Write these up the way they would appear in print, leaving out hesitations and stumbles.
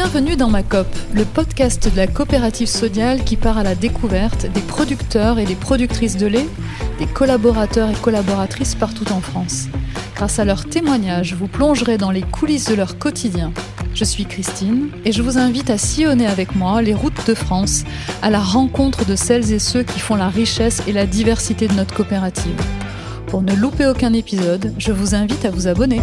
Bienvenue dans Ma Coop, le podcast de la coopérative Sodial qui part à la découverte des producteurs et des productrices de lait, des collaborateurs et collaboratrices partout en France. Grâce à leurs témoignages, vous plongerez dans les coulisses de leur quotidien. Je suis Christine et je vous invite à sillonner avec moi les routes de France à la rencontre de celles et ceux qui font la richesse et la diversité de notre coopérative. Pour ne louper aucun épisode, je vous invite à vous abonner.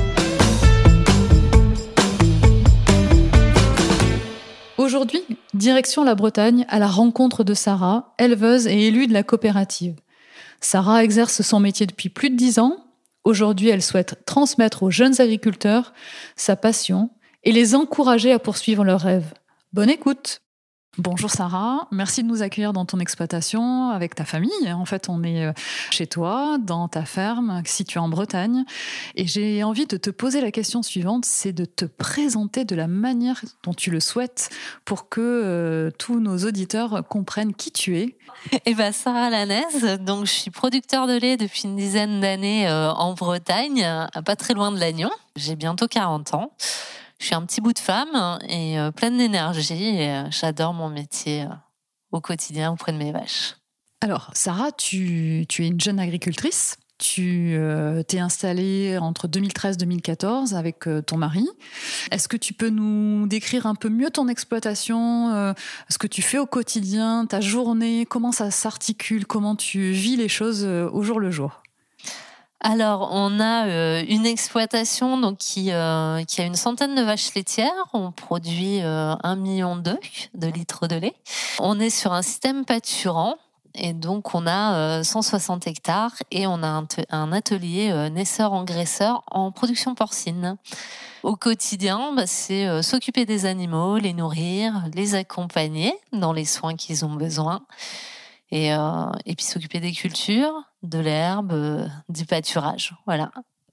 Aujourd'hui, direction la Bretagne à la rencontre de Sarah, éleveuse et élue de la coopérative. Sarah exerce son métier depuis plus de 10 ans. Aujourd'hui, elle souhaite transmettre aux jeunes agriculteurs sa passion et les encourager à poursuivre leurs rêves. Bonne écoute! Bonjour Sarah, merci de nous accueillir dans ton exploitation avec ta famille. En fait, on est chez toi, dans ta ferme, située en Bretagne. Et j'ai envie de te poser la question suivante, c'est de te présenter de la manière dont tu le souhaites pour que tous nos auditeurs comprennent qui tu es. Sarah Lanez, donc je suis producteur de lait depuis une dizaine d'années en Bretagne, pas très loin de Lannion. J'ai bientôt 40 ans. Je suis un petit bout de femme et pleine d'énergie et j'adore mon métier au quotidien auprès de mes vaches. Alors, Sarah, tu es une jeune agricultrice. Tu t'es installée entre 2013 et 2014 avec ton mari. Est-ce que tu peux nous décrire un peu mieux ton exploitation, ce que tu fais au quotidien, ta journée, comment ça s'articule, comment tu vis les choses au jour le jour ? Alors, on a une exploitation donc qui a une centaine de vaches laitières. On produit 1,2 million de litres de lait. On est sur un système pâturant et donc on a 160 hectares et on a un atelier naisseur-engraisseur en production porcine. Au quotidien, c'est s'occuper des animaux, les nourrir, les accompagner dans les soins qu'ils ont besoin. Et puis s'occuper des cultures, de l'herbe, du pâturage, voilà.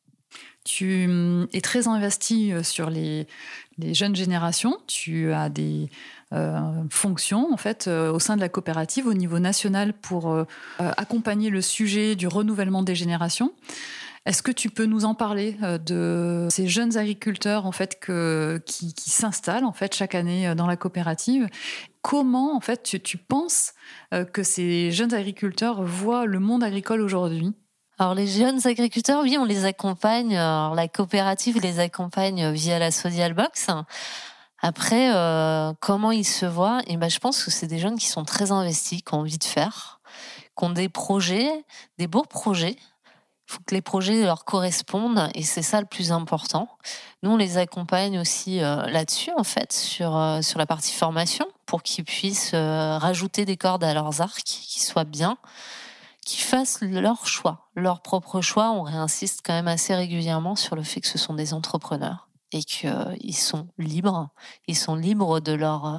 Tu es très investie sur les jeunes générations. Tu as des fonctions en fait au sein de la coopérative au niveau national pour accompagner le sujet du renouvellement des générations. Est-ce que tu peux nous en parler de ces jeunes agriculteurs en fait qui s'installent en fait chaque année dans la coopérative? Comment en fait tu penses que ces jeunes agriculteurs voient le monde agricole aujourd'hui? Alors les jeunes agriculteurs, oui, on les accompagne. Alors, la coopérative les accompagne via la Sodial Box. Après, comment ils se voient? Je pense que c'est des jeunes qui sont très investis, qui ont envie de faire, qui ont des projets, des beaux projets. Il faut que les projets leur correspondent et c'est ça le plus important. Nous, on les accompagne aussi là-dessus, en fait, sur la partie formation pour qu'ils puissent rajouter des cordes à leurs arcs, qu'ils soient bien, qu'ils fassent leur choix, leur propre choix. On réinsiste quand même assez régulièrement sur le fait que ce sont des entrepreneurs et qu'ils sont libres. Ils sont libres de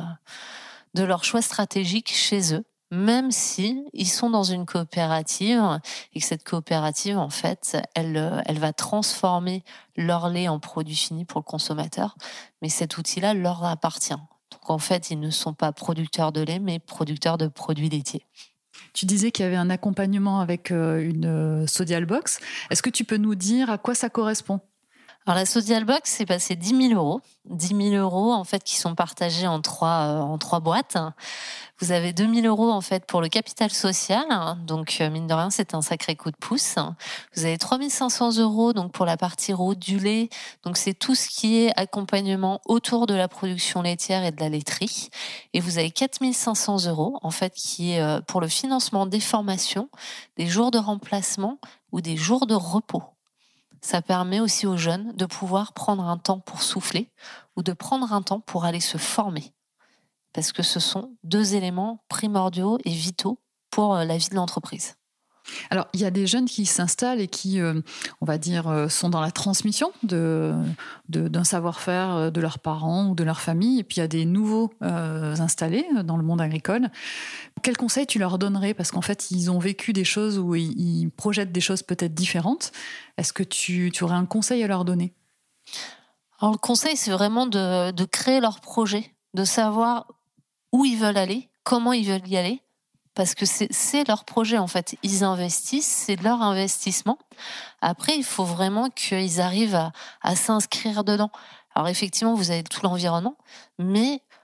leur choix stratégique chez eux, même si ils sont dans une coopérative et que cette coopérative, en fait, elle va transformer leur lait en produit fini pour le consommateur. Mais cet outil-là leur appartient. Donc, en fait, ils ne sont pas producteurs de lait, mais producteurs de produits laitiers. Tu disais qu'il y avait un accompagnement avec une Sodial Box. Est-ce que tu peux nous dire à quoi ça correspond ? Alors la Sodial Box, c'est 10 000 euros. 10 000 euros, en fait, qui sont partagés en trois boîtes. Vous avez 2 000 euros, en fait, pour le capital social. Donc, mine de rien, c'est un sacré coup de pouce. Vous avez 3 500 euros, donc, pour la partie route du lait. Donc, c'est tout ce qui est accompagnement autour de la production laitière et de la laiterie. Et vous avez 4 500 euros, en fait, qui est pour le financement des formations, des jours de remplacement ou des jours de repos. Ça permet aussi aux jeunes de pouvoir prendre un temps pour souffler ou de prendre un temps pour aller se former. Parce que ce sont 2 éléments primordiaux et vitaux pour la vie de l'entreprise. Alors, il y a des jeunes qui s'installent et qui, on va dire, sont dans la transmission d'un savoir-faire de leurs parents ou de leur famille. Et puis, il y a des nouveaux installés dans le monde agricole. Quels conseils tu leur donnerais ? Parce qu'en fait, ils ont vécu des choses où ils projettent des choses peut-être différentes. Est-ce que tu aurais un conseil à leur donner ? Alors, le conseil, c'est vraiment de créer leur projet, de savoir où ils veulent aller, comment ils veulent y aller. Parce que c'est leur projet, en fait. Ils investissent, c'est leur investissement. Après, il faut vraiment qu'ils arrivent à s'inscrire dedans. Alors effectivement, vous avez tout l'environnement, mais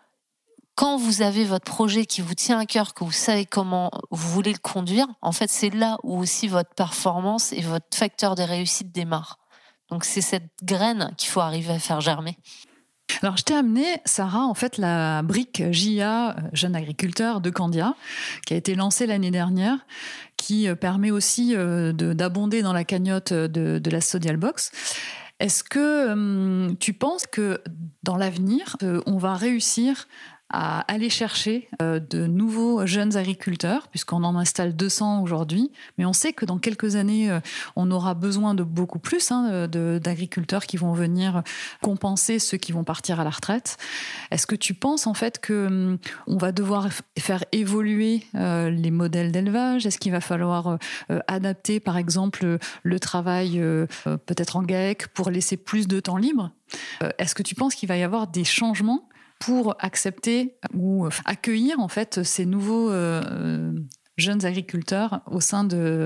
quand vous avez votre projet qui vous tient à cœur, que vous savez comment vous voulez le conduire, en fait, c'est là où aussi votre performance et votre facteur de réussite démarre. Donc, c'est cette graine qu'il faut arriver à faire germer. Alors, je t'ai amené, Sarah, en fait, la brique JA, jeune agriculteur de Candia, qui a été lancée l'année dernière, qui permet aussi d'abonder dans la cagnotte de la Sodial Box. Est-ce que tu penses que dans l'avenir, on va réussir à aller chercher de nouveaux jeunes agriculteurs, puisqu'on en installe 200 aujourd'hui, mais on sait que dans quelques années, on aura besoin de beaucoup plus d'agriculteurs qui vont venir compenser ceux qui vont partir à la retraite. Est-ce que tu penses en fait que on va devoir faire évoluer les modèles d'élevage? Est-ce qu'il va falloir adapter, par exemple, le travail peut-être en GAEC pour laisser plus de temps libre? Est-ce que tu penses qu'il va y avoir des changements pour accepter ou accueillir en fait ces nouveaux jeunes agriculteurs au sein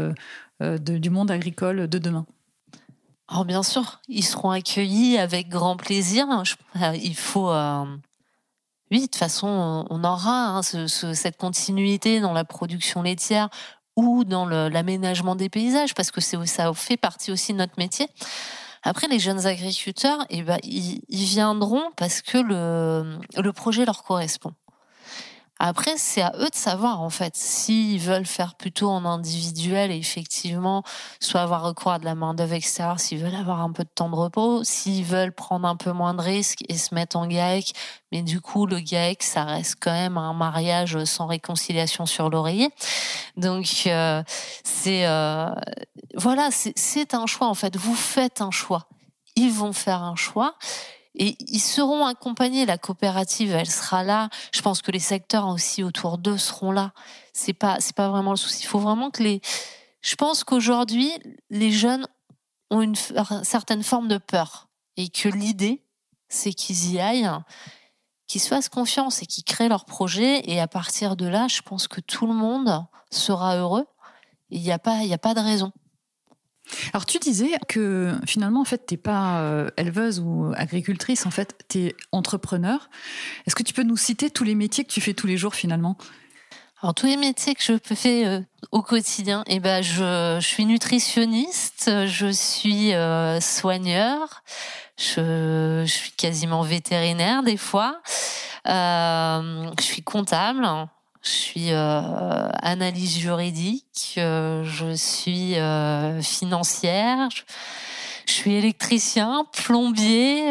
du monde agricole de demain? Alors bien sûr, ils seront accueillis avec grand plaisir. Il faut... Oui, de toute façon, on aura cette continuité dans la production laitière ou dans l'aménagement des paysages, parce que ça fait partie aussi de notre métier. Après, les jeunes agriculteurs, ils viendront parce que le projet leur correspond. Après, c'est à eux de savoir, en fait, s'ils veulent faire plutôt en individuel et effectivement, soit avoir recours à de la main-d'œuvre extérieure, s'ils veulent avoir un peu de temps de repos, s'ils veulent prendre un peu moins de risques et se mettre en GAEC. Mais du coup, le GAEC, ça reste quand même un mariage sans réconciliation sur l'oreiller. Donc, c'est un choix, en fait. Vous faites un choix. Ils vont faire un choix. Et ils seront accompagnés, la coopérative, elle sera là. Je pense que les secteurs aussi autour d'eux seront là. C'est pas vraiment le souci. Il faut vraiment je pense qu'aujourd'hui, les jeunes ont une certaine forme de peur. Et que l'idée, c'est qu'ils y aillent, qu'ils se fassent confiance et qu'ils créent leur projet. Et à partir de là, je pense que tout le monde sera heureux. Et il n'y a pas de raison. Alors tu disais que finalement en fait t'es pas éleveuse ou agricultrice, en fait t'es entrepreneur. Est-ce que tu peux nous citer tous les métiers que tu fais tous les jours finalement? Alors tous les métiers que je fais au quotidien, je suis nutritionniste, je suis soigneur, je suis quasiment vétérinaire des fois, je suis comptable. Je suis analyse juridique, je suis financière, je suis électricien, plombier,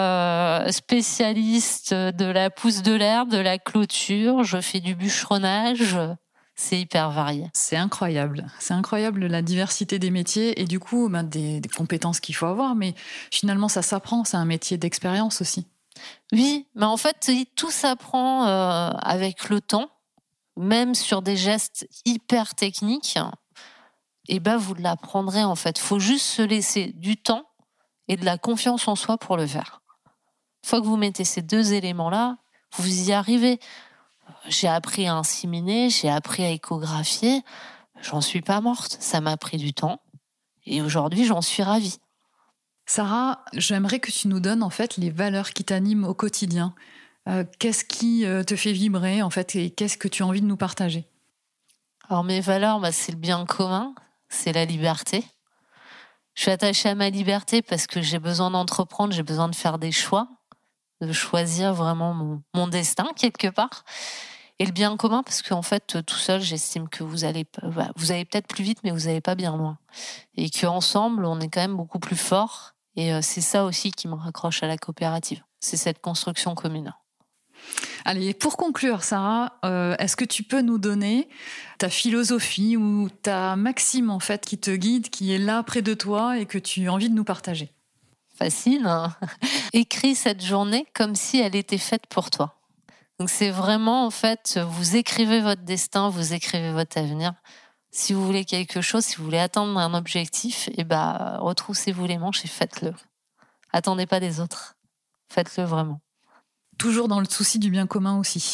spécialiste de la pousse de l'herbe, de la clôture, je fais du bûcheronnage. C'est hyper varié. C'est incroyable la diversité des métiers et du coup des compétences qu'il faut avoir, mais finalement ça s'apprend, c'est un métier d'expérience aussi. Oui, mais en fait tout s'apprend avec le temps. Même sur des gestes hyper techniques, vous l'apprendrez en fait. Faut juste se laisser du temps et de la confiance en soi pour le faire. Une fois que vous mettez ces deux éléments-là, vous y arrivez. J'ai appris à inséminer, j'ai appris à échographier. J'en suis pas morte. Ça m'a pris du temps. Et aujourd'hui, j'en suis ravie. Sarah, j'aimerais que tu nous donnes en fait les valeurs qui t'animent au quotidien. Qu'est-ce qui te fait vibrer en fait et qu'est-ce que tu as envie de nous partager? Alors mes valeurs, c'est le bien commun, c'est la liberté. Je suis attachée à ma liberté parce que j'ai besoin d'entreprendre, j'ai besoin de faire des choix, de choisir vraiment mon destin quelque part. Et le bien commun parce qu'en fait, tout seul, j'estime que vous allez peut-être plus vite, mais vous n'allez pas bien loin. Et qu'ensemble, on est quand même beaucoup plus fort. Et c'est ça aussi qui me raccroche à la coopérative. C'est cette construction commune. Allez, pour conclure, Sarah, est-ce que tu peux nous donner ta philosophie ou ta maxime en fait qui te guide, qui est là près de toi et que tu as envie de nous partager? Facile, hein. Écris cette journée comme si elle était faite pour toi. Donc c'est vraiment en fait, vous écrivez votre destin, vous écrivez votre avenir. Si vous voulez quelque chose, si vous voulez atteindre un objectif, retroussez-vous les manches et faites-le. Attendez pas des autres. Faites-le vraiment. Toujours dans le souci du bien commun aussi.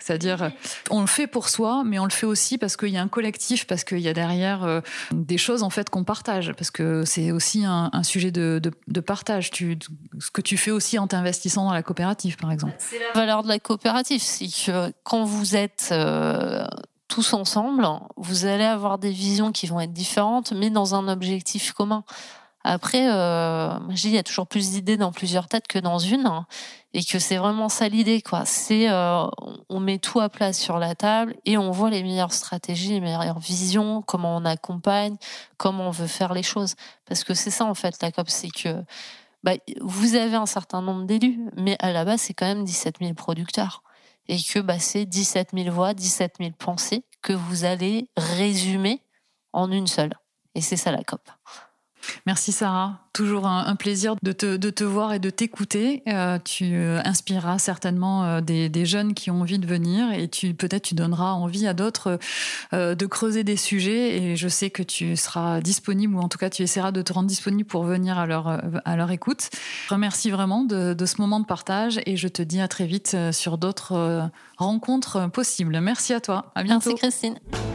C'est-à-dire, on le fait pour soi, mais on le fait aussi parce qu'il y a un collectif, parce qu'il y a derrière des choses en fait qu'on partage, parce que c'est aussi un sujet de partage. Ce que tu fais aussi en t'investissant dans la coopérative, par exemple. C'est la valeur de la coopérative, c'est que quand vous êtes tous ensemble, vous allez avoir des visions qui vont être différentes, mais dans un objectif commun. Après, je dis, il y a toujours plus d'idées dans plusieurs têtes que dans une, hein, et que c'est vraiment ça l'idée, quoi. C'est on met tout à plat sur la table et on voit les meilleures stratégies, les meilleures visions, comment on accompagne, comment on veut faire les choses. Parce que c'est ça en fait la COP, c'est que vous avez un certain nombre d'élus, mais à la base c'est quand même 17 000 producteurs et que c'est 17 000 voix, 17 000 pensées que vous allez résumer en une seule. Et c'est ça la COP. Merci Sarah, toujours un plaisir de te voir et de t'écouter. Tu inspireras certainement des jeunes qui ont envie de venir et peut-être tu donneras envie à d'autres de creuser des sujets et je sais que tu seras disponible ou en tout cas tu essaieras de te rendre disponible pour venir à leur écoute. Je remercie vraiment de ce moment de partage et je te dis à très vite sur d'autres rencontres possibles. Merci à toi, à bientôt. Merci Christine.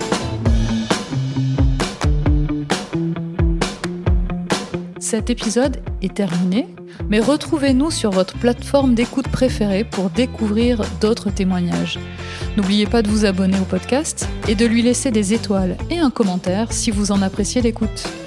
Cet épisode est terminé, mais retrouvez-nous sur votre plateforme d'écoute préférée pour découvrir d'autres témoignages. N'oubliez pas de vous abonner au podcast et de lui laisser des étoiles et un commentaire si vous en appréciez l'écoute.